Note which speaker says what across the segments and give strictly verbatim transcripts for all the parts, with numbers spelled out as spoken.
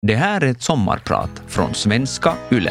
Speaker 1: Det här är ett sommarprat från Svenska Yle.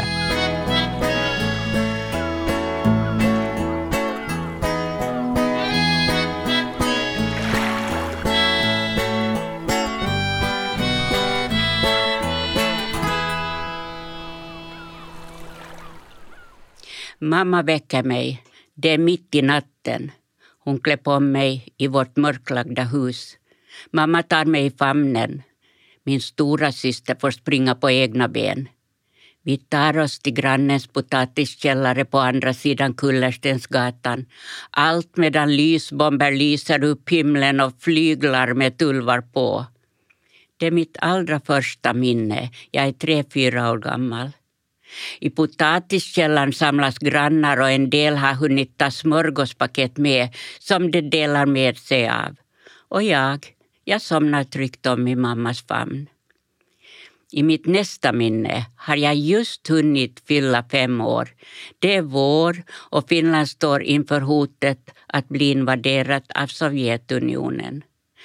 Speaker 2: Mamma väcker mig. Det är mitt i natten. Hon klär på mig i vårt mörklagda hus. Mamma tar mig i famnen. Min stora syster får springa på egna ben. Vi tar oss till grannens potatiskällare på andra sidan Kullerstensgatan. Allt medan lysbomber lyser upp himlen och flyglar med tulvar på. Det är mitt allra första minne. Jag är tre, fyra år gammal. I potatiskällan samlas grannar och en del har hunnit ta smörgåspaket med som de delar med sig av. Och jag, jag somnar tryggt om i mammas famn. I mitt nästa minne har jag just hunnit fylla fem år. Det är vår och Finland står inför hotet att bli invaderat av Sovjetunionen.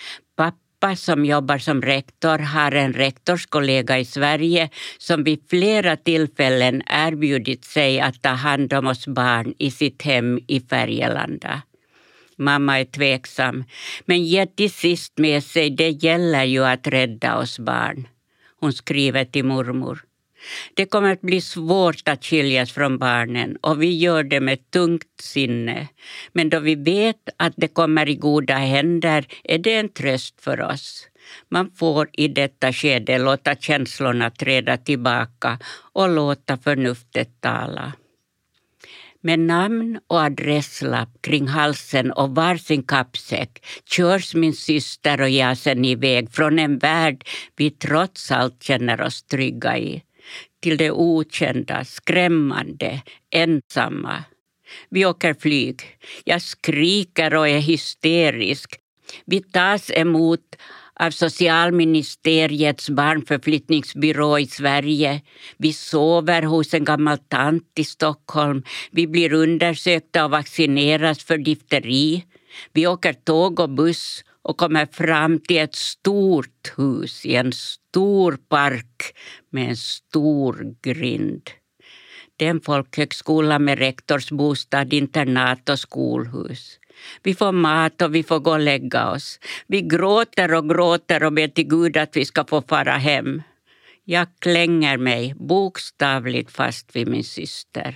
Speaker 2: Pappa som jobbar som rektor har en rektorskollega i Sverige som vid flera tillfällen erbjudit sig att ta hand om oss barn i sitt hem i Färgelanda. Mamma är tveksam, men ger till sist med sig det gäller ju att rädda oss barn. Hon skriver till mormor. Det kommer att bli svårt att skiljas från barnen och vi gör det med tungt sinne. Men då vi vet att det kommer i goda händer är det en tröst för oss. Man får i detta skede låta känslorna träda tillbaka och låta förnuftet tala. Med namn och adresslapp kring halsen och varsin kappsäck körs min syster och jag sen iväg från en värld vi trots allt känner oss trygga i. Till det okända, skrämmande, ensamma. Vi åker flyg. Jag skriker och är hysterisk. Vi tas emot av socialministeriets barnförflyttningsbyrå i Sverige. Vi sover hos en gammal tant i Stockholm. Vi blir undersökta och vaccineras för difteri. Vi åker tåg och buss och kommer fram till ett stort hus i en stor park med en stor grind. Det är en folkhögskola med rektorsbostad, internat och skolhus. Vi får mat och vi får gå och lägga oss. Vi gråter och gråter och ber till Gud att vi ska få fara hem. Jag klänger mig bokstavligt fast vid min syster.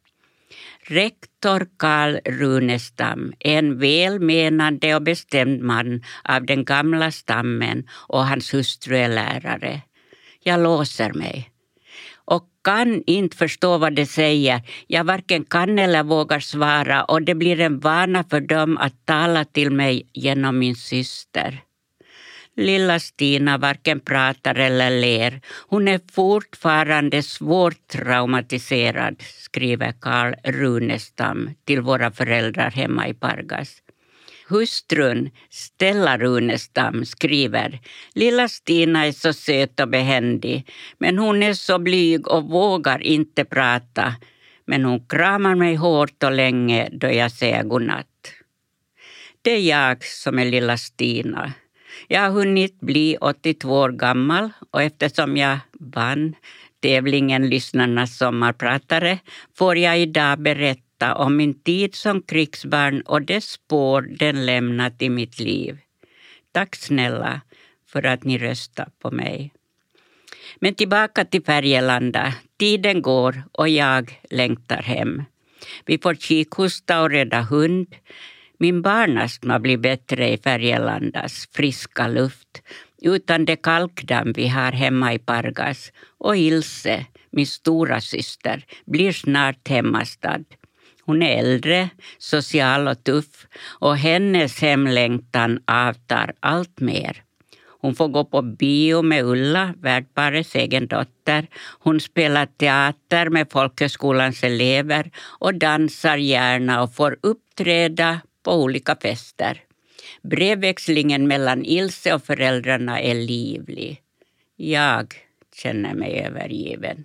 Speaker 2: Rektor Karl Runestam är en välmenande och bestämd man av den gamla stammen och hans hustru är lärare. Jag låser mig och kan inte förstå vad det säger. Jag varken kan eller vågar svara och det blir en vana för dem att tala till mig genom min syster. Lilla Stina varken pratar eller ler. Hon är fortfarande svårt traumatiserad, skriver Karl Runestam till våra föräldrar hemma i Pargas. Hustrun Stella Runestam skriver: Lilla Stina är så söt och behändig, men hon är så blyg och vågar inte prata. Men hon kramar mig hårt och länge då jag säger godnatt. Det är jag som är lilla Stina. Jag har hunnit bli åttiotvå år gammal och eftersom jag vann tävlingen Lyssnarnas sommarpratare får jag idag berätta om min tid som krigsbarn och det spår den lämnat i mitt liv. Tack snälla för att ni röstar på mig. Men tillbaka till Färgelanda. Tiden går och jag längtar hem. Vi får kikhosta och rädda hund. Min barnastma blir bättre i Färgelandas friska luft utan det kalkdamm vi har hemma i Pargas. Och Ilse, min stora syster, blir snart hemmastad. Hon är äldre, social och tuff och hennes hemlängtan avtar allt mer. Hon får gå på bio med Ulla, värdparets egen dotter. Hon spelar teater med folkhögskolans elever och dansar gärna och får uppträda på olika fester. Brevväxlingen mellan Ilse och föräldrarna är livlig. Jag känner mig övergiven.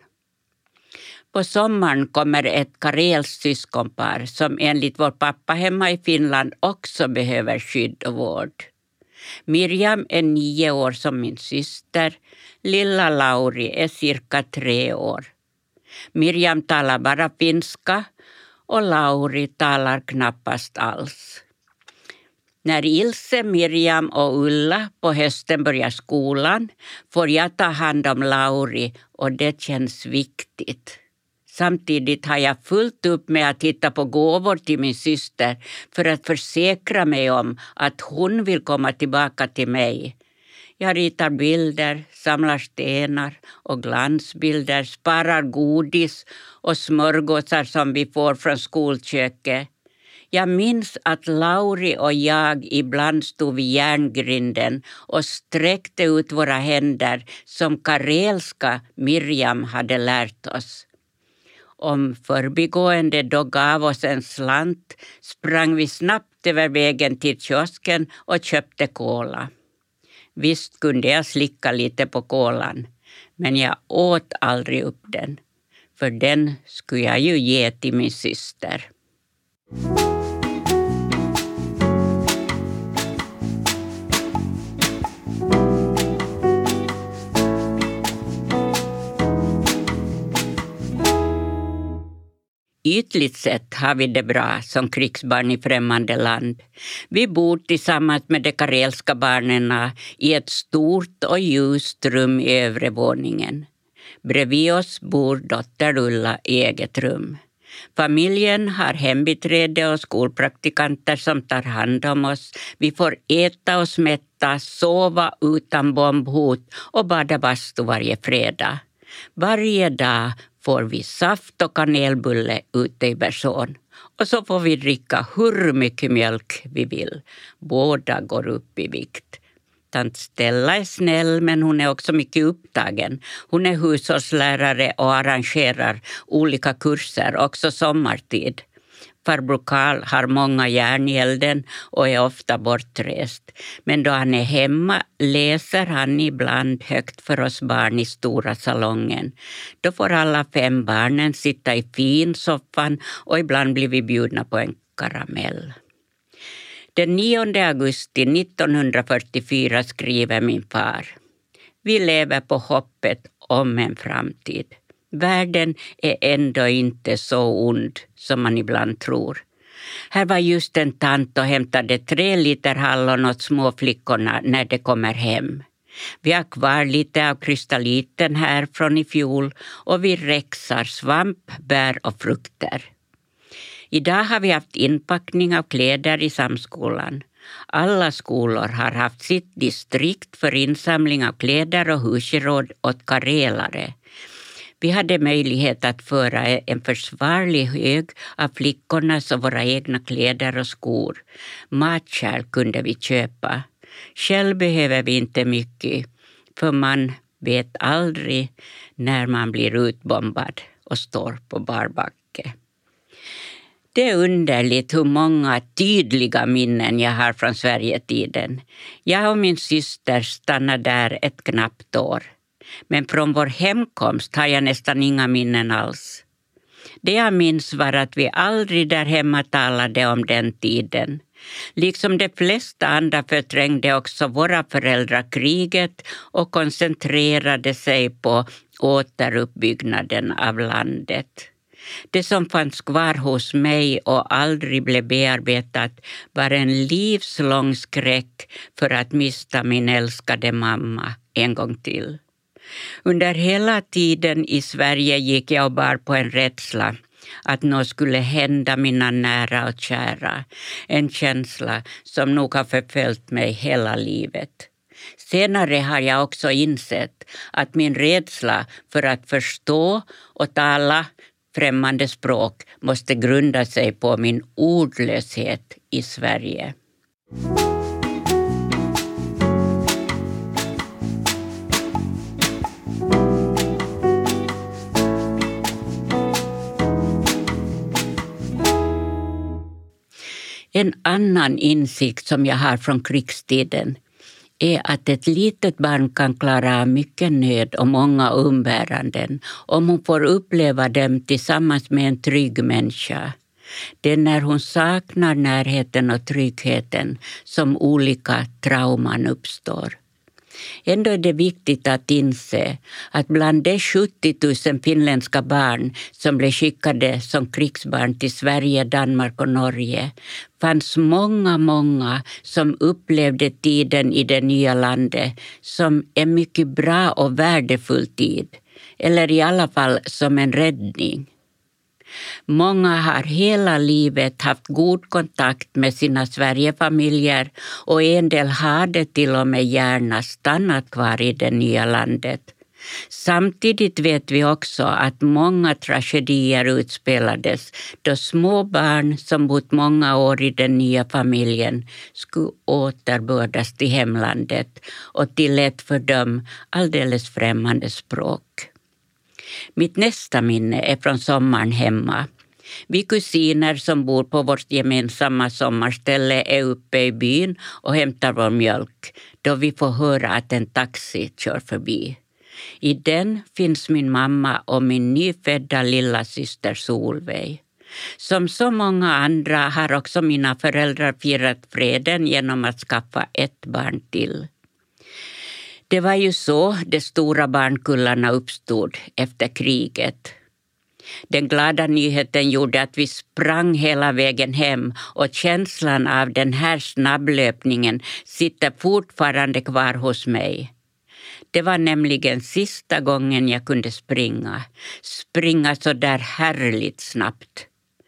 Speaker 2: På sommaren kommer ett karelskt syskonpar som enligt vår pappa hemma i Finland också behöver skydd och vård. Miriam är nio år som min syster. Lilla Lauri är cirka tre år. Miriam talar bara finska och Lauri talar knappast alls. När Ilse, Miriam och Ulla på hösten börjar skolan får jag ta hand om Lauri och det känns viktigt. Samtidigt har jag fullt upp med att titta på gåvor till min syster för att försäkra mig om att hon vill komma tillbaka till mig. Jag ritar bilder, samlar stenar och glansbilder, sparar godis och smörgåsar som vi får från skolköket. Jag minns att Lauri och jag ibland stod vid järngrinden och sträckte ut våra händer som karelska Miriam hade lärt oss. Om förbigående då gav oss en slant sprang vi snabbt över vägen till kiosken och köpte kola. Visst kunde jag slicka lite på kolan, men jag åt aldrig upp den. För den skulle jag ju ge till min syster. Ytligt sett har vi det bra som krigsbarn i främmande land. Vi bor tillsammans med de karelska barnen i ett stort och ljust rum i övre våningen. Bredvid oss bor dotter Ulla i eget rum. Familjen har hembiträde och skolpraktikanter som tar hand om oss. Vi får äta och mätta, sova utan bombhot och bada bastu varje fredag. Varje dag får vi saft och kanelbulle ute i Bersån. Och så får vi dricka hur mycket mjölk vi vill. Båda går upp i vikt. Tant Stella är snäll, men hon är också mycket upptagen. Hon är hushållslärare och arrangerar olika kurser, också sommartid. Farbror Karl har många järn i elden och är ofta bortrest. Men då han är hemma läser han ibland högt för oss barn i stora salongen. Då får alla fem barnen sitta i finsoffan och ibland blir vi bjudna på en karamell. Den nionde augusti nittonhundrafyrtiofyra skriver min far: Vi lever på hoppet om en framtid. Världen är ändå inte så ond som man ibland tror. Här var just en tant och hämtade tre liter hallon åt små flickorna när de kommer hem. Vi har kvar lite av krystalliten här från i fjol och vi räxar svamp, bär och frukter. Idag har vi haft inpackning av kläder i samskolan. Alla skolor har haft sitt distrikt för insamling av kläder och husgeråd åt karelare. Vi hade möjlighet att föra en försvarlig hög av flickornas och våra egna kläder och skor. Matkärl kunde vi köpa. Själv behöver vi inte mycket, för man vet aldrig när man blir utbombad och står på barbacke. Det är underligt hur många tydliga minnen jag har från Sverigetiden. Jag och min syster stannade där ett knappt år. Men från vår hemkomst har jag nästan inga minnen alls. Det jag minns var att vi aldrig där hemma talade om den tiden. Liksom de flesta andra förträngde också våra föräldrar kriget och koncentrerade sig på återuppbyggnaden av landet. Det som fanns kvar hos mig och aldrig blev bearbetat var en livslång skräck för att mista min älskade mamma en gång till. Under hela tiden i Sverige gick jag och bar på en rädsla att något skulle hända mina nära och kära. En känsla som nog har förföljt mig hela livet. Senare har jag också insett att min rädsla för att förstå och tala främmande språk måste grunda sig på min ordlöshet i Sverige. En annan insikt som jag har från krigstiden är att ett litet barn kan klara mycket nöd och många umbäranden om hon får uppleva dem tillsammans med en trygg människa. Det är när hon saknar närheten och tryggheten som olika trauman uppstår. Ändå är det viktigt att inse att bland de sjuttio tusen finländska barn som blev skickade som krigsbarn till Sverige, Danmark och Norge fanns många, många som upplevde tiden i det nya landet som en mycket bra och värdefull tid, eller i alla fall som en räddning. Många har hela livet haft god kontakt med sina Sverigefamiljer och en del hade till och med gärna stannat kvar i det nya landet. Samtidigt vet vi också att många tragedier utspelades då små barn som bott många år i den nya familjen skulle återbördas till hemlandet och till ett för dem alldeles främmande språk. Mitt nästa minne är från sommaren hemma. Vi kusiner som bor på vårt gemensamma sommarställe är uppe i byn och hämtar vår mjölk då vi får höra att en taxi kör förbi. I den finns min mamma och min nyfödda lilla syster Solveig. Som så många andra har också mina föräldrar firat freden genom att skaffa ett barn till. Det var ju så de stora barnkullarna uppstod efter kriget. Den glada nyheten gjorde att vi sprang hela vägen hem och känslan av den här snabblöpningen sitter fortfarande kvar hos mig. Det var nämligen sista gången jag kunde springa. Springa så där härligt snabbt.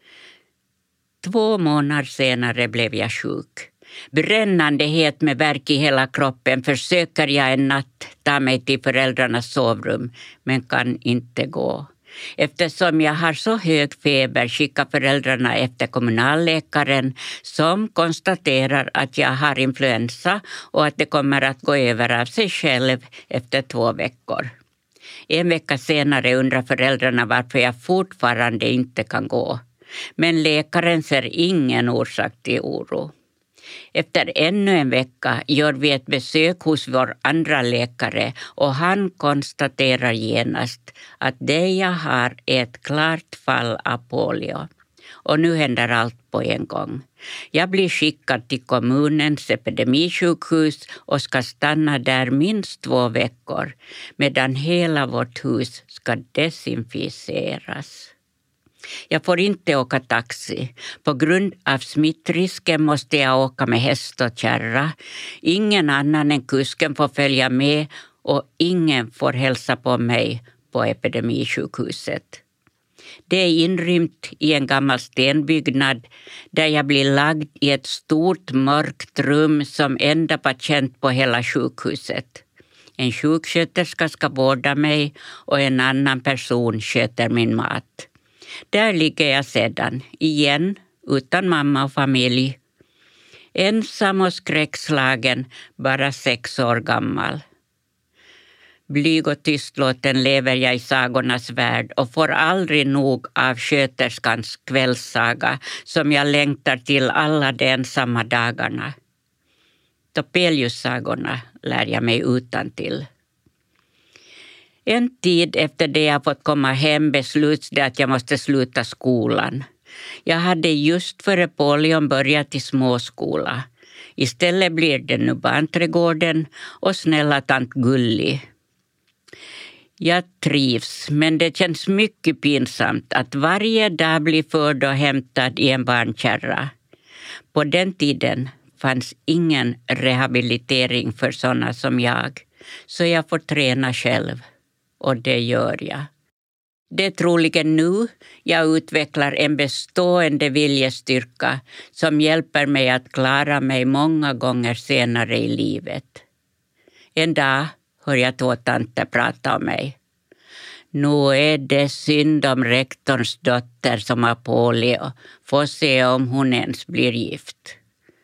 Speaker 2: Två månader senare blev jag sjuk. Brännande het med värk i hela kroppen försöker jag en natt ta mig till föräldrarnas sovrum men kan inte gå. Eftersom jag har så hög feber skickar föräldrarna efter kommunalläkaren som konstaterar att jag har influensa och att det kommer att gå över av sig själv efter två veckor. En vecka senare undrar föräldrarna varför jag fortfarande inte kan gå. Men läkaren ser ingen orsak till oro. Efter ännu en vecka gör vi ett besök hos vår andra läkare och han konstaterar genast att det jag har är ett klart fall av polio. Och nu händer allt på en gång. Jag blir skickad till kommunens epidemisjukhus och ska stanna där minst två veckor medan hela vårt hus ska desinficeras. Jag får inte åka taxi. På grund av smittrisken måste jag åka med häst och kärra. Ingen annan än kusken får följa med och ingen får hälsa på mig på epidemisjukhuset. Det är inrymt i en gammal stenbyggnad där jag blir lagd i ett stort mörkt rum som enda patient på hela sjukhuset. En sjuksköterska ska vårda mig och en annan person sköter min mat. Där ligger jag sedan, igen, utan mamma och familj. Ensam och skräckslagen, bara sex år gammal. Blyg och tystlåten lever jag i sagornas värld och får aldrig nog av sköterskans kvällssaga som jag längtar till alla de ensamma dagarna. Topelius-sagorna lär jag mig utantill. En tid efter det jag fått komma hem besluts det att jag måste sluta skolan. Jag hade just före polion börjat i småskola. Istället blir det nu barnträdgården och snälla tant Gulli. Jag trivs, men det känns mycket pinsamt att varje dag bli förd och hämtad i en barnkärra. På den tiden fanns ingen rehabilitering för sådana som jag, så jag får träna själv. Och det gör jag. Det är troligen nu jag utvecklar en bestående viljestyrka som hjälper mig att klara mig många gånger senare i livet. En dag hör jag två tanter prata om mig. Nu är det synd om rektorns dotter som har polio. Får se om hon ens blir gift.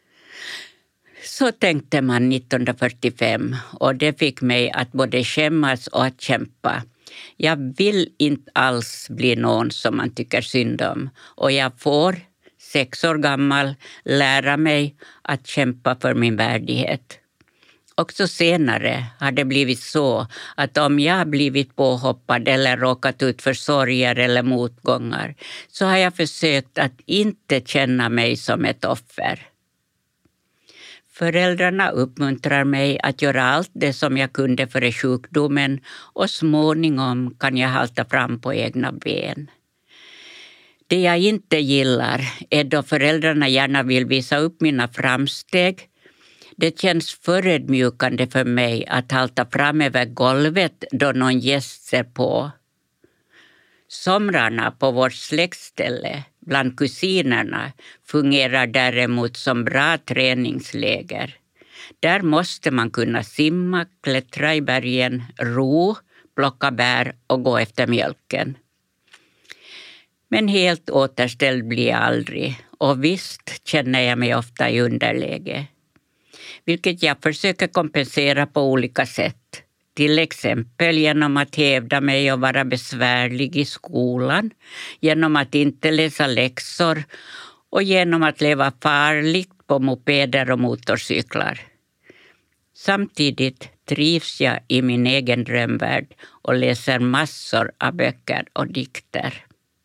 Speaker 2: Så tänkte man nittonhundrafyrtiofem och det fick mig att både skämmas och att kämpa. Jag vill inte alls bli någon som man tycker synd om och jag får, sex år gammal, lära mig att kämpa för min värdighet. Också senare har det blivit så att om jag blivit påhoppad eller råkat ut för sorger eller motgångar så har jag försökt att inte känna mig som ett offer. Föräldrarna uppmuntrar mig att göra allt det som jag kunde före sjukdomen och småningom kan jag halta fram på egna ben. Det jag inte gillar är då föräldrarna gärna vill visa upp mina framsteg. Det känns förödmjukande för mig att halta fram över golvet då någon gäst ser på. Somrarna på vårt släktställe bland kusinerna fungerar däremot som bra träningsläger. Där måste man kunna simma, klättra i bergen, ro, plocka bär och gå efter mjölken. Men helt återställd blir jag aldrig och visst känner jag mig ofta i underläge. Vilket jag försöker kompensera på olika sätt. Till exempel genom att hävda mig och vara besvärlig i skolan, genom att inte läsa läxor och genom att leva farligt på mopeder och motorcyklar. Samtidigt trivs jag i min egen drömvärld och läser massor av böcker och dikter.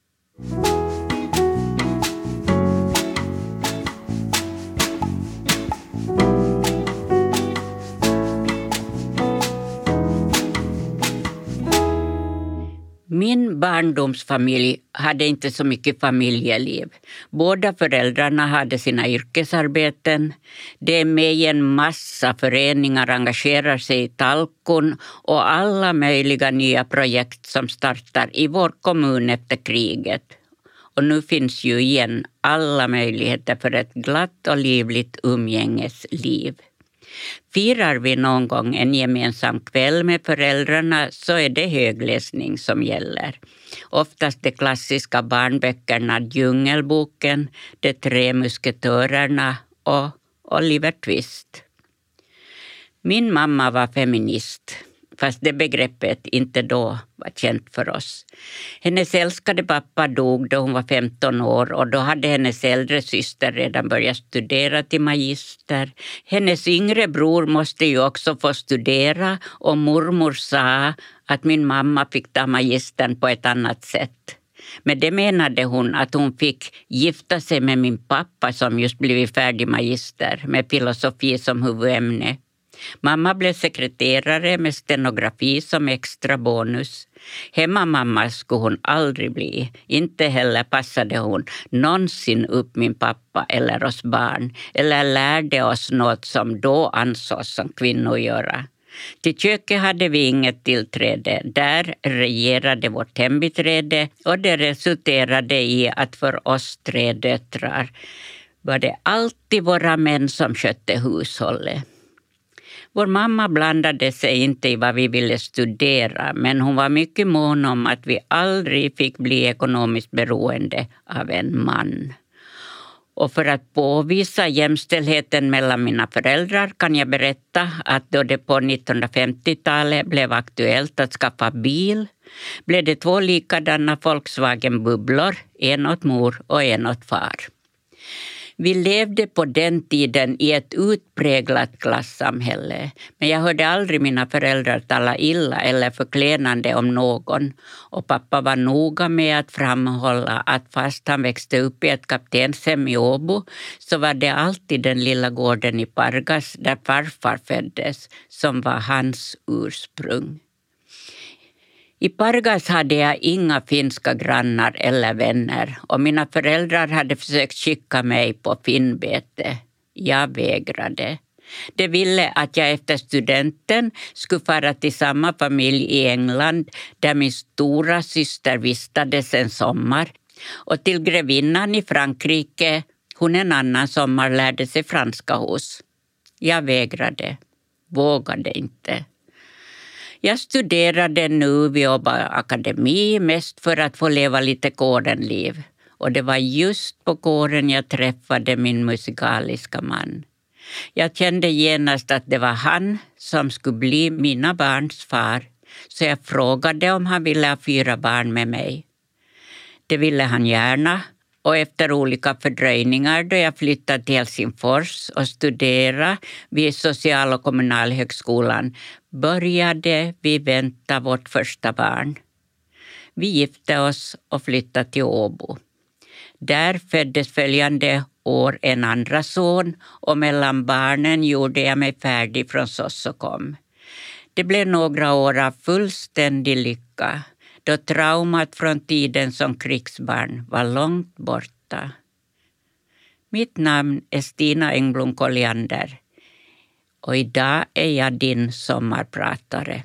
Speaker 2: Min barndomsfamilj hade inte så mycket familjeliv. Båda föräldrarna hade sina yrkesarbeten. De är med i en massa föreningar, engagerar sig i talkon och alla möjliga nya projekt som startar i vår kommun efter kriget. Och nu finns ju igen alla möjligheter för ett glatt och livligt umgängesliv. Firar vi någon gång en gemensam kväll med föräldrarna så är det högläsning som gäller. Oftast de klassiska barnböckerna Djungelboken, De tre musketörerna och Oliver Twist. Min mamma var feminist, fast det begreppet inte då var känt för oss. Hennes älskade pappa dog då hon var femton år och då hade hennes äldre syster redan börjat studera till magister. Hennes yngre bror måste ju också få studera och mormor sa att min mamma fick ta magistern på ett annat sätt. Men det menade hon att hon fick gifta sig med min pappa som just blivit färdig magister med filosofi som huvudämne. Mamma blev sekreterare med stenografi som extra bonus. Hemmamamma skulle hon aldrig bli. Inte heller passade hon någonsin upp min pappa eller oss barn. Eller lärde oss något som då ansågs som kvinnor göra. Till köket hade vi inget tillträde. Där regerade vårt hembiträde och det resulterade i att för oss tre döttrar var det alltid våra män som skötte hushållet. Vår mamma blandade sig inte i vad vi ville studera, men hon var mycket mån om att vi aldrig fick bli ekonomiskt beroende av en man. Och för att påvisa jämställdheten mellan mina föräldrar kan jag berätta att då det på nittonhundrafemtiotalet blev aktuellt att skaffa bil blev det två likadana Volkswagen-bubblor, en åt mor och en åt far. Vi levde på den tiden i ett utpräglat klassamhälle, men jag hörde aldrig mina föräldrar tala illa eller förklenande om någon. Och pappa var noga med att framhålla att fast han växte upp i ett kaptenshem i Åbo så var det alltid den lilla gården i Pargas där farfar föddes som var hans ursprung. I Pargas hade jag inga finska grannar eller vänner och mina föräldrar hade försökt skicka mig på finnbete. Jag vägrade. De ville att jag efter studenten skulle fara till samma familj i England där min stora syster vistades en sommar och till grevinnan i Frankrike hon en annan sommar lärde sig franska hos. Jag vägrade, vågade inte. Jag studerade nu vid Åbo akademi mest för att få leva lite kårenliv. Och det var just på kåren jag träffade min musikaliska man. Jag kände genast att det var han som skulle bli mina barns far. Så jag frågade om han ville ha fyra barn med mig. Det ville han gärna. Och efter olika fördröjningar då jag flyttade till Helsingfors och studerade vid Social- och kommunalhögskolan började vi vänta vårt första barn. Vi gifte oss och flyttade till Åbo. Där föddes följande år en andra son och mellan barnen gjorde jag mig färdig från S O S och kom. Det blev några år av fullständig lycka då traumat från tiden som krigsbarn var långt borta. Mitt namn är Stina Engblom Colliander och idag är jag din sommarpratare.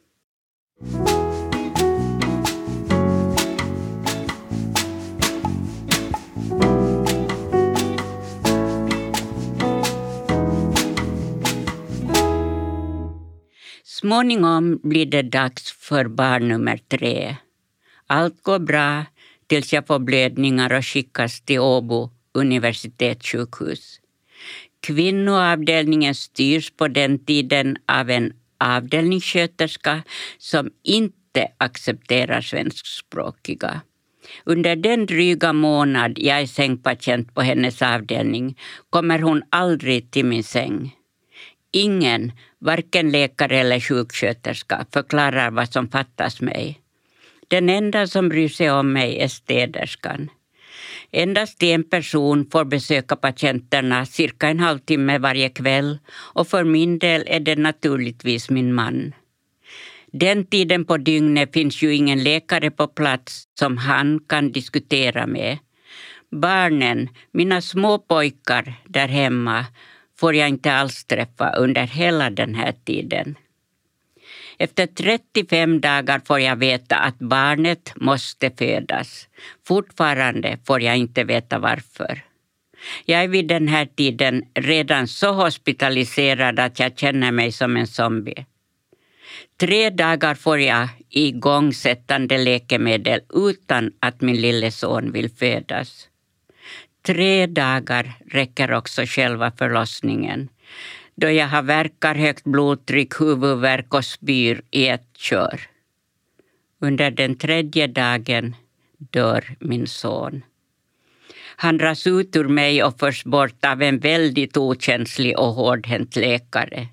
Speaker 2: Småningom blir det dags för barn nummer tre. Allt går bra tills jag får blödningar och skickas till Åbo universitetssjukhus. Kvinnoavdelningen styrs på den tiden av en avdelningssköterska som inte accepterar svenskspråkiga. Under den dryga månad jag är sängpatient på hennes avdelning kommer hon aldrig till min säng. Ingen, varken läkare eller sjuksköterska, förklarar vad som fattas mig. Den enda som bryr sig om mig är städerskan. Endast en person får besöka patienterna cirka en halvtimme varje kväll och för min del är det naturligtvis min man. Den tiden på dygnet finns ju ingen läkare på plats som han kan diskutera med. Barnen, mina små pojkar där hemma, får jag inte alls träffa under hela den här tiden. Efter trettiofem dagar får jag veta att barnet måste födas. Fortfarande får jag inte veta varför. Jag är vid den här tiden redan så hospitaliserad att jag känner mig som en zombie. Tre dagar får jag igångsättande läkemedel utan att min lille son vill födas. Tre dagar räcker också själva förlossningen, då jag har värkar, högt blodtryck, huvudvärk och spyr i ett kör. Under den tredje dagen dör min son. Han dras ut ur mig och förs bort av en väldigt okänslig och hårdhänt läkare.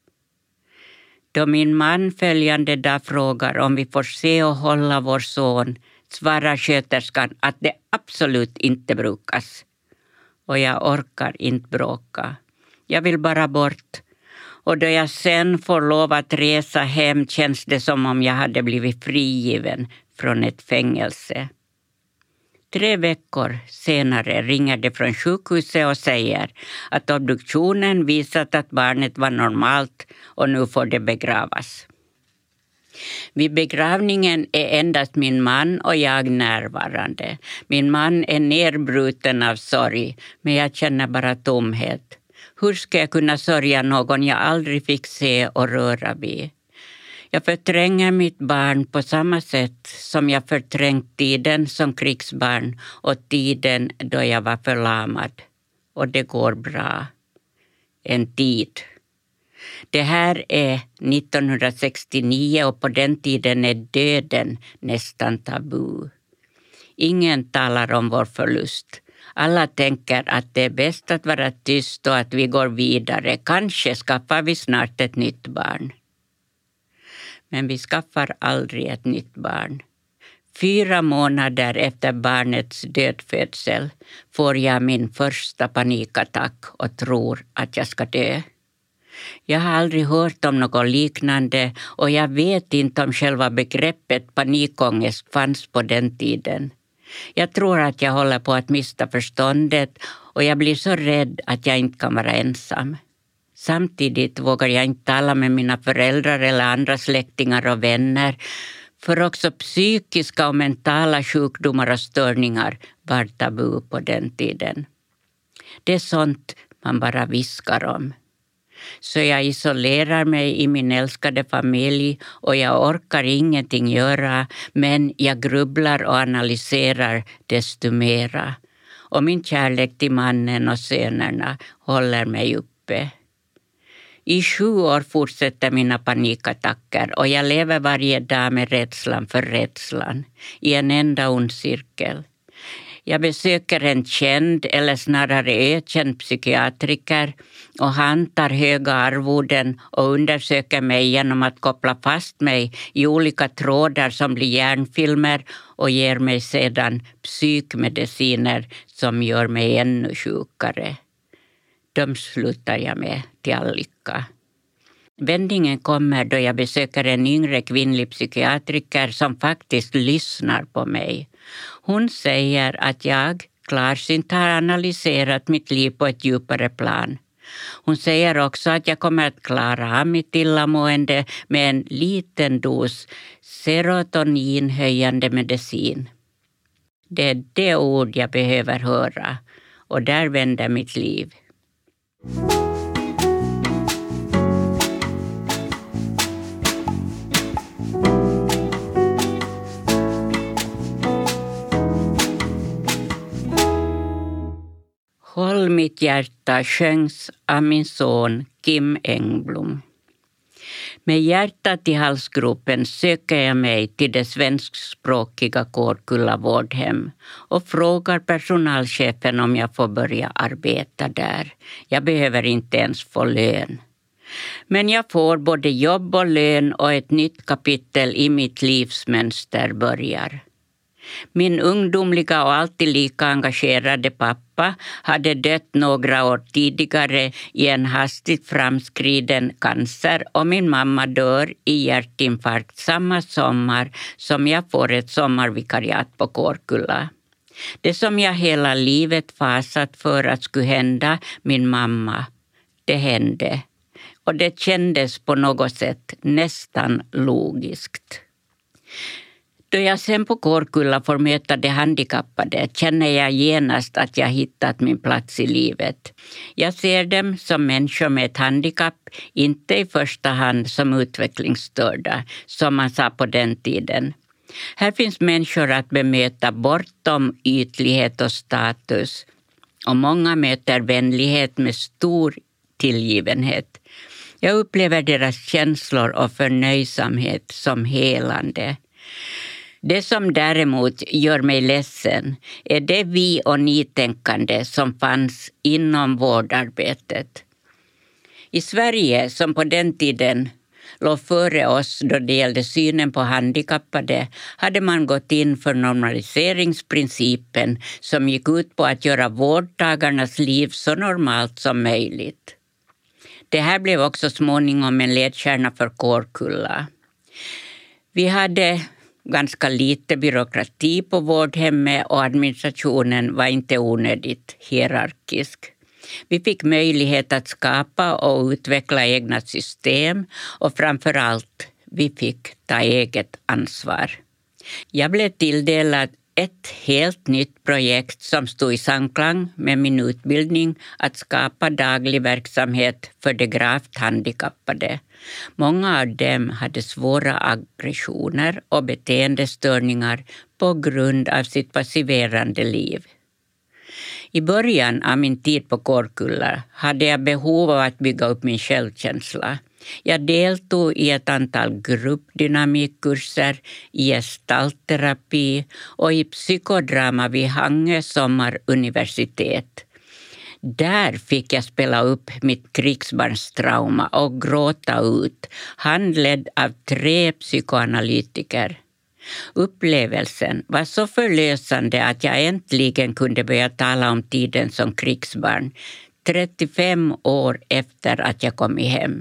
Speaker 2: Då min man följande dag frågar om vi får se och hålla vår son svarar sköterskan att det absolut inte brukas. Och jag orkar inte bråka. Jag vill bara bort. Och då jag sen får lov att resa hem känns det som om jag hade blivit frigiven från ett fängelse. Tre veckor senare ringer det från sjukhuset och säger att obduktionen visat att barnet var normalt och nu får det begravas. Vid begravningen är endast min man och jag närvarande. Min man är nerbruten av sorg, men jag känner bara tomhet. Hur ska jag kunna sörja någon jag aldrig fick se och röra vid? Jag förtränger mitt barn på samma sätt som jag förträngt tiden som krigsbarn och tiden då jag var förlamad. Och det går bra. En tid. Det här är nittonhundrasextionio och på den tiden är döden nästan tabu. Ingen talar om vår förlust. Alla tänker att det är bäst att vara tyst och att vi går vidare. Kanske skaffar vi snart ett nytt barn. Men vi skaffar aldrig ett nytt barn. Fyra månader efter barnets dödfödsel får jag min första panikattack och tror att jag ska dö. Jag har aldrig hört om något liknande och jag vet inte om själva begreppet panikångest fanns på den tiden. Jag tror att jag håller på att mista förståndet och jag blir så rädd att jag inte kan vara ensam. Samtidigt vågar jag inte tala med mina föräldrar eller andra släktingar och vänner, för också psykiska och mentala sjukdomar och störningar var tabu på den tiden. Det är sånt man bara viskar om. Så jag isolerar mig i min älskade familj och jag orkar ingenting göra, men jag grubblar och analyserar desto mera. Och min kärlek till mannen och sönerna håller mig uppe. I sju år fortsätter mina panikattacker och jag lever varje dag med rädslan för rädslan i en enda ond cirkel. Jag besöker en känd eller snarare ökänd psykiatriker och han tar höga arvoden och undersöker mig genom att koppla fast mig i olika trådar som blir hjärnfilmer och ger mig sedan psykmediciner som gör mig ännu sjukare. De slutar jag med till all lycka. Vändningen kommer då jag besöker en yngre kvinnlig psykiatriker som faktiskt lyssnar på mig. Hon säger att jag klarsynt har analyserat mitt liv på ett djupare plan. Hon säger också att jag kommer att klara av mitt illamående med en liten dos serotoninhöjande medicin. Det är det ord jag behöver höra och där vänder mitt liv. Håll mitt hjärta sjöngs av min son Kim Engblom. Med hjärtat i halsgropen söker jag mig till det svenskspråkiga Kårkulla vårdhem och frågar personalchefen om jag får börja arbeta där. Jag behöver inte ens få lön. Men jag får både jobb och lön och ett nytt kapitel i mitt livsmönster börjar. Min ungdomliga och alltid lika engagerade pappa hade dött några år tidigare i en hastigt framskriden cancer och min mamma dör i hjärtinfarkt samma sommar som jag får ett sommarvikariat på Kårkulla. Det som jag hela livet fasat för att skulle hända min mamma, det hände. Och det kändes på något sätt nästan logiskt. Då jag sen på Kårkulla får möta de handikappade känner jag genast att jag hittat min plats i livet. Jag ser dem som människor med ett handikapp, inte i första hand som utvecklingsstörda, som man sa på den tiden. Här finns människor att bemöta bortom ytlighet och status. Och många möter vänlighet med stor tillgivenhet. Jag upplever deras känslor och förnöjsamhet som helande. Det som däremot gör mig ledsen är det vi- och ni-tänkande som fanns inom vårdarbetet. I Sverige, som på den tiden låg före oss då det gällde synen på handikappade, hade man gått in för normaliseringsprincipen som gick ut på att göra vårdtagarnas liv så normalt som möjligt. Det här blev också småningom en ledstjärna för Kårkulla. Vi hade ganska lite byråkrati på vårdhemmet och administrationen var inte onödigt hierarkisk. Vi fick möjlighet att skapa och utveckla egna system och framförallt vi fick ta eget ansvar. Jag blev tilldelad ett helt nytt projekt som stod i samklang med min utbildning att skapa daglig verksamhet för de gravt handikappade. Många av dem hade svåra aggressioner och beteendestörningar på grund av sitt passiverande liv. I början av min tid på Kårkulla hade jag behov av att bygga upp min självkänsla. Jag deltog i ett antal gruppdynamikkurser, i gestaltterapi och i psykodrama vid Hangö sommaruniversitet. Där fick jag spela upp mitt krigsbarnstrauma och gråta ut, handledd av tre psykoanalytiker. Upplevelsen var så förlösande att jag äntligen kunde börja tala om tiden som krigsbarn, trettiofem år efter att jag kom hem.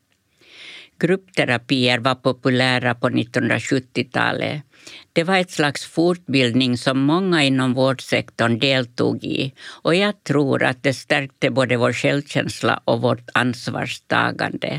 Speaker 2: Gruppterapier var populära på nittonhundrasjuttiotalet. Det var ett slags fortbildning som många inom vårdsektorn deltog i och jag tror att det stärkte både vår självkänsla och vårt ansvarstagande.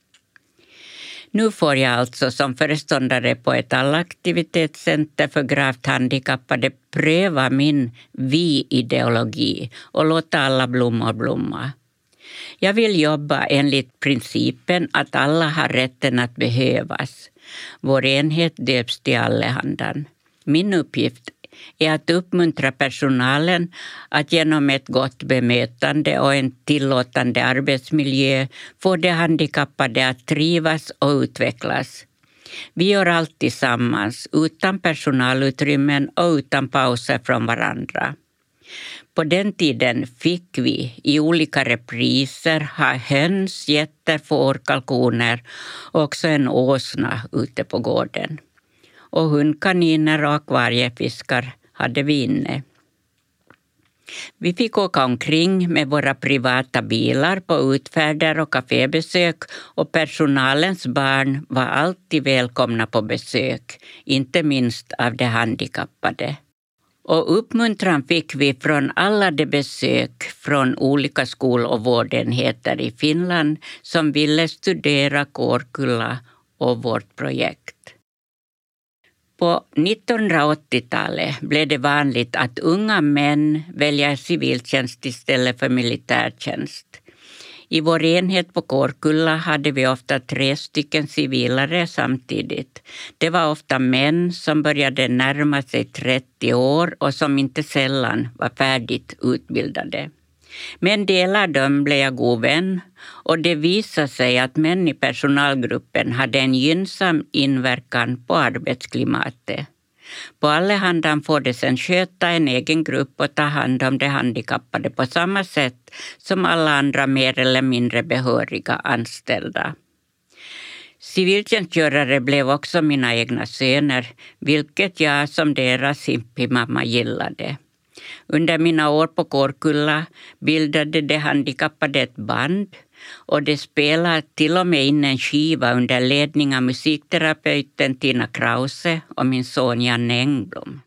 Speaker 2: Nu får jag alltså som föreståndare på ett allaktivitetscenter för gravt handikappade pröva min vi-ideologi och låta alla blommor blomma. Jag vill jobba enligt principen att alla har rätten att behövas. Vår enhet döps till Allehandan. Min uppgift är att uppmuntra personalen att genom ett gott bemötande och en tillåtande arbetsmiljö få de handikappade att trivas och utvecklas. Vi gör allt tillsammans, utan personalutrymmen och utan pauser från varandra. På den tiden fick vi i olika repriser ha höns, getter, får, kalkoner och också en åsna ute på gården. Och hundkaniner och akvariefiskar hade vi inne. Vi fick åka omkring med våra privata bilar på utfärder och kafébesök och personalens barn var alltid välkomna på besök, inte minst av de handikappade. Och uppmuntran fick vi från alla de besök från olika skol- och vårdenheter i Finland som ville studera Kårkulla och vårt projekt. På nittonhundraåttiotalet blev det vanligt att unga män väljer civiltjänst istället för militärtjänst. I vår enhet på Kårkulla hade vi ofta tre stycken civilare samtidigt. Det var ofta män som började närma sig trettio år och som inte sällan var färdigt utbildade. Med en del av dem blev jag god vän och det visade sig att män i personalgruppen hade en gynnsam inverkan på arbetsklimatet. På allehanda får de sedan sköta en egen grupp och ta hand om de handikappade på samma sätt som alla andra mer eller mindre behöriga anställda. Civiltjänstgörare blev också mina egna söner, vilket jag som deras hippiemamma gillade. Under mina år på Kårkulla bildade de handikappade ett band och de spelade till och med in en skiva under ledning av musikterapeuten Tina Krause och min son Janne Engblom.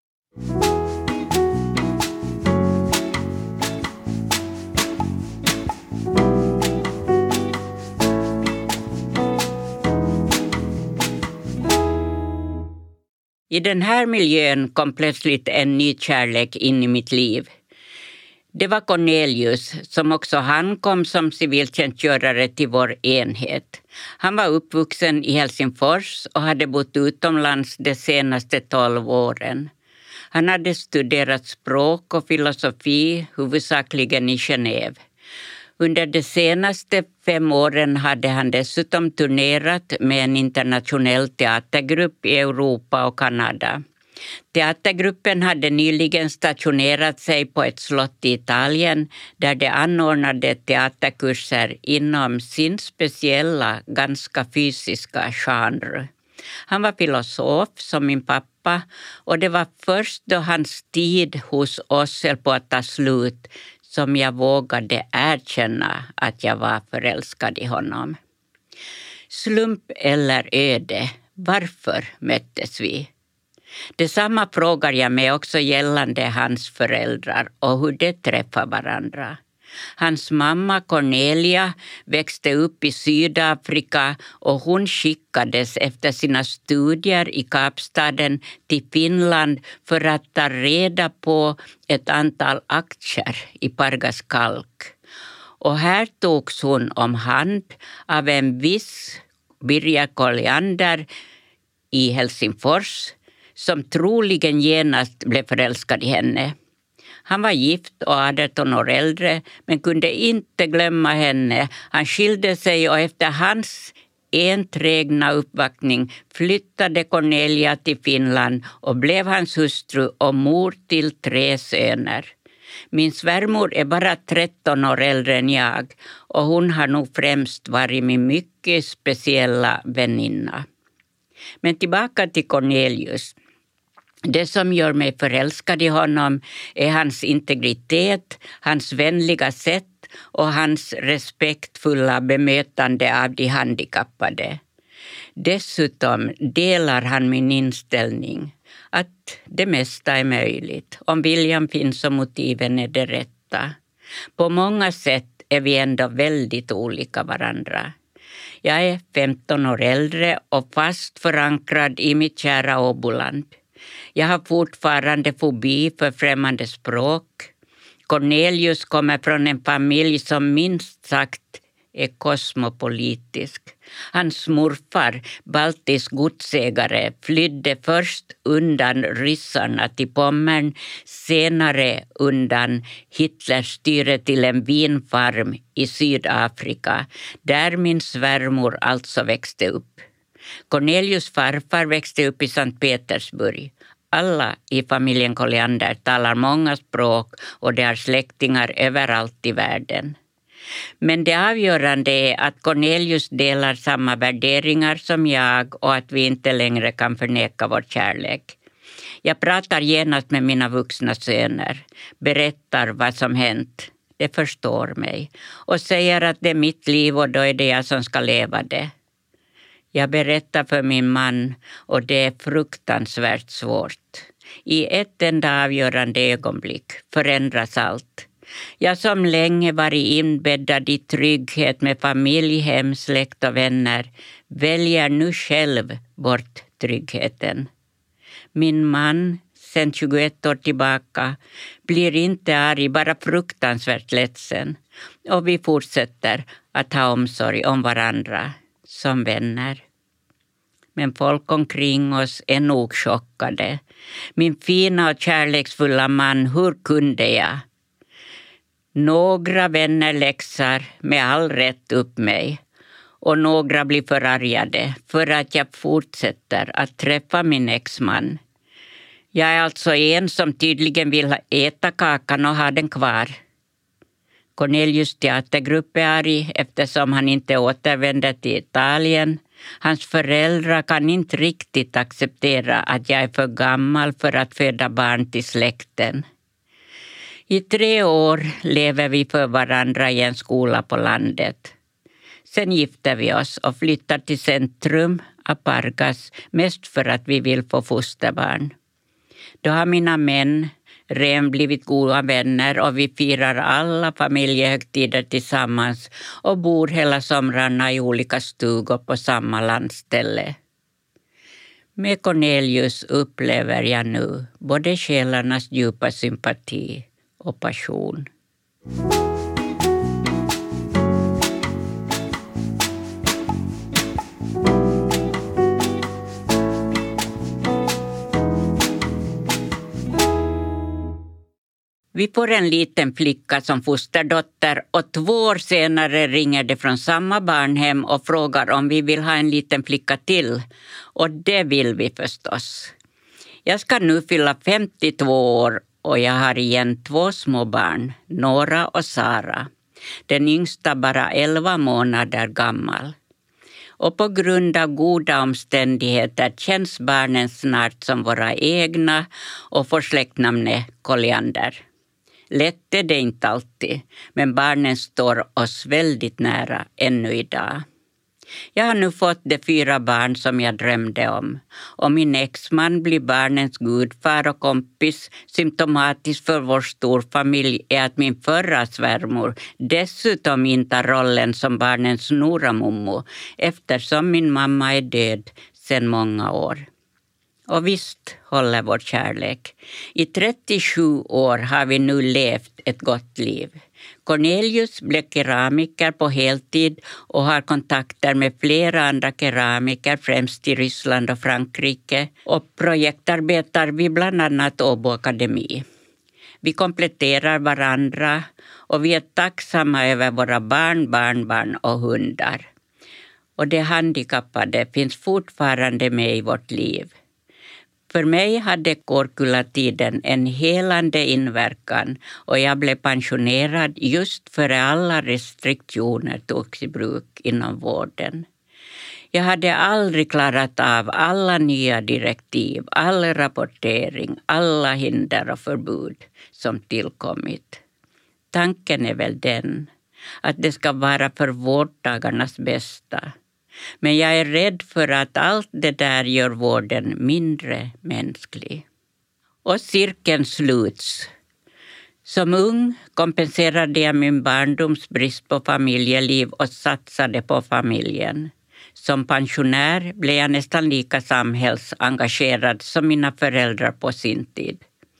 Speaker 2: I den här miljön kom plötsligt en ny kärlek in i mitt liv. Det var Cornelius som också han kom som civiltjänstgörare till vår enhet. Han var uppvuxen i Helsingfors och hade bott utomlands de senaste tolv åren. Han hade studerat språk och filosofi huvudsakligen i Genève. Under de senaste fem åren hade han dessutom turnerat med en internationell teatergrupp i Europa och Kanada. Teatergruppen hade nyligen stationerat sig på ett slott i Italien där de anordnade teaterkurser inom sin speciella, ganska fysiska genre. Han var filosof som min pappa och det var först då hans tid hos oss höll på att ta slut som jag vågade erkänna att jag var förälskad i honom. Slump eller öde, varför möttes vi? Detsamma frågar jag mig också gällande hans föräldrar och hur de träffar varandra. Hans mamma Cornelia växte upp i Sydafrika och hon skickades efter sina studier i Kapstaden till Finland för att ta reda på ett antal aktier i Pargas Kalk. Och här togs hon om hand av en viss Birger Colliander i Helsingfors som troligen genast blev förälskad i henne. Han var gift och arton år äldre men kunde inte glömma henne. Han skilde sig och efter hans enträgna uppvaktning flyttade Cornelia till Finland och blev hans hustru och mor till tre söner. Min svärmor är bara tretton år äldre än jag och hon har nog främst varit min mycket speciella väninna. Men tillbaka till Cornelius. Det som gör mig förälskad i honom är hans integritet, hans vänliga sätt och hans respektfulla bemötande av de handikappade. Dessutom delar han min inställning att det mesta är möjligt om viljan finns och motiven är det rätta. På många sätt är vi ändå väldigt olika varandra. Jag är femton år äldre och fast förankrad i mitt kära Åboland. Jag har fortfarande fobi för främmande språk. Cornelius kommer från en familj som minst sagt är kosmopolitisk. Hans morfar, baltisk godsägare, flydde först undan ryssarna till Pommern, senare undan Hitlers styre till en vinfarm i Sydafrika, där min svärmor alltså växte upp. Cornelius farfar växte upp i Sankt Petersburg. Alla i familjen Colliander talar många språk och de har släktingar överallt i världen. Men det avgörande är att Cornelius delar samma värderingar som jag och att vi inte längre kan förneka vår kärlek. Jag pratar genast med mina vuxna söner, berättar vad som hänt. De förstår mig och säger att det är mitt liv och då är det jag som ska leva det. Jag berättar för min man och det är fruktansvärt svårt. I ett enda avgörande ögonblick förändras allt. Jag som länge varit inbäddad i trygghet med familj, hem, släkt och vänner väljer nu själv bort tryggheten. Min man, sedan tjugoett år tillbaka, blir inte arg, bara fruktansvärt ledsen. Och vi fortsätter att ha omsorg om varandra som vänner. Men folk omkring oss är nog chockade. Min fina och kärleksfulla man, hur kunde jag? Några vänner läxar med all rätt upp mig. Och några blir förargade för att jag fortsätter att träffa min exman. Jag är alltså en som tydligen vill äta kakan och ha den kvar. Cornelius teatergrupp är arg eftersom han inte återvänder till Italien. Hans föräldrar kan inte riktigt acceptera att jag är för gammal för att föda barn till släkten. I tre år lever vi för varandra i en skola på landet. Sen gifter vi oss och flyttar till centrum, Apargas, mest för att vi vill få fosterbarn. Då har mina män redan blivit goda vänner och vi firar alla familjehögtider tillsammans och bor hela somrarna i olika stugor på samma landställe. Med Cornelius upplever jag nu både själarnas djupa sympati och passion. Vi får en liten flicka som fosterdotter och två år senare ringer det från samma barnhem och frågar om vi vill ha en liten flicka till. Och det vill vi förstås. Jag ska nu fylla femtiotvå år och jag har igen två små barn, Nora och Sara. Den yngsta bara elva månader gammal. Och på grund av goda omständigheter känns barnen snart som våra egna och får släktnamnet Colliander. Lätt är det inte alltid, men barnen står oss väldigt nära ännu idag. Jag har nu fått de fyra barn som jag drömde om. Och min exman blir barnens gudfar och kompis. Symptomatiskt för vår storfamilj är att min förra svärmor dessutom intar rollen som barnens noramummo eftersom min mamma är död sedan många år. Och visst håller vår kärlek. I trettiosju år har vi nu levt ett gott liv. Cornelius blev keramiker på heltid och har kontakter med flera andra keramiker, främst i Ryssland och Frankrike. Och projektarbetar vid bland annat Åbo Akademi. Vi kompletterar varandra och vi är tacksamma över våra barn, barnbarn och hundar. Och de handikappade finns fortfarande med i vårt liv. För mig hade Kårkulla-tiden en helande inverkan och jag blev pensionerad just före alla restriktioner togs i bruk inom vården. Jag hade aldrig klarat av alla nya direktiv, all rapportering, alla hinder och förbud som tillkommit. Tanken är väl den att det ska vara för vårdtagarnas bästa. Men jag är rädd för att allt det där gör vården mindre mänsklig. Och cirkeln sluts. Som ung kompenserade jag min barndoms brist på familjeliv och satsade på familjen. Som pensionär blev jag nästan lika samhällsengagerad som mina föräldrar på sin tid.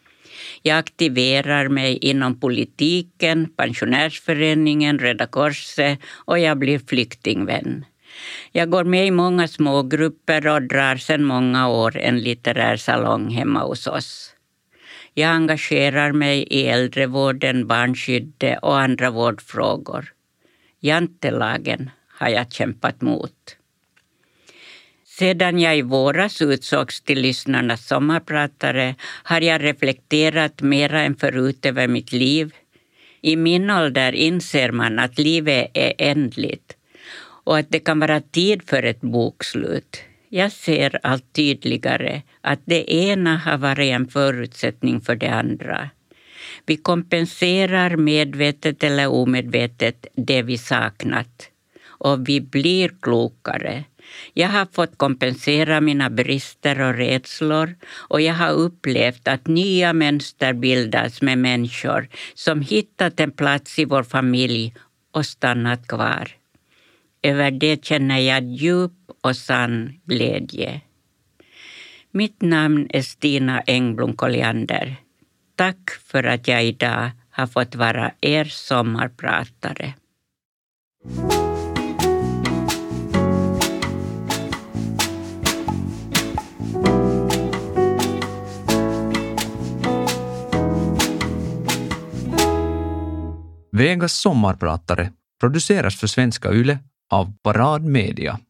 Speaker 2: Jag aktiverar mig inom politiken, pensionärsföreningen, Röda Korset och jag blir flyktingvän. Jag går med i många smågrupper och drar sedan många år en litterär salong hemma hos oss. Jag engagerar mig i äldrevården, barnskyddet och andra vårdfrågor. Jantelagen har jag kämpat mot. Sedan jag i våras utsågs till lyssnarnas sommarpratare har jag reflekterat mera än förut över mitt liv. I min ålder inser man att livet är ändligt och att det kan vara tid för ett bokslut. Jag ser allt tydligare att det ena har varit en förutsättning för det andra. Vi kompenserar medvetet eller omedvetet det vi saknat. Och vi blir klokare. Jag har fått kompensera mina brister och rädslor och jag har upplevt att nya mönster bildas med människor som hittat en plats i vår familj och stannat kvar. Över det känner jag djup och sann glädje. Mitt namn är Stina Engblom Colliander. Tack för att jag idag har fått vara er sommarpratare.
Speaker 1: Vegas sommarpratare produceras för Svenska Yle av Parad Media.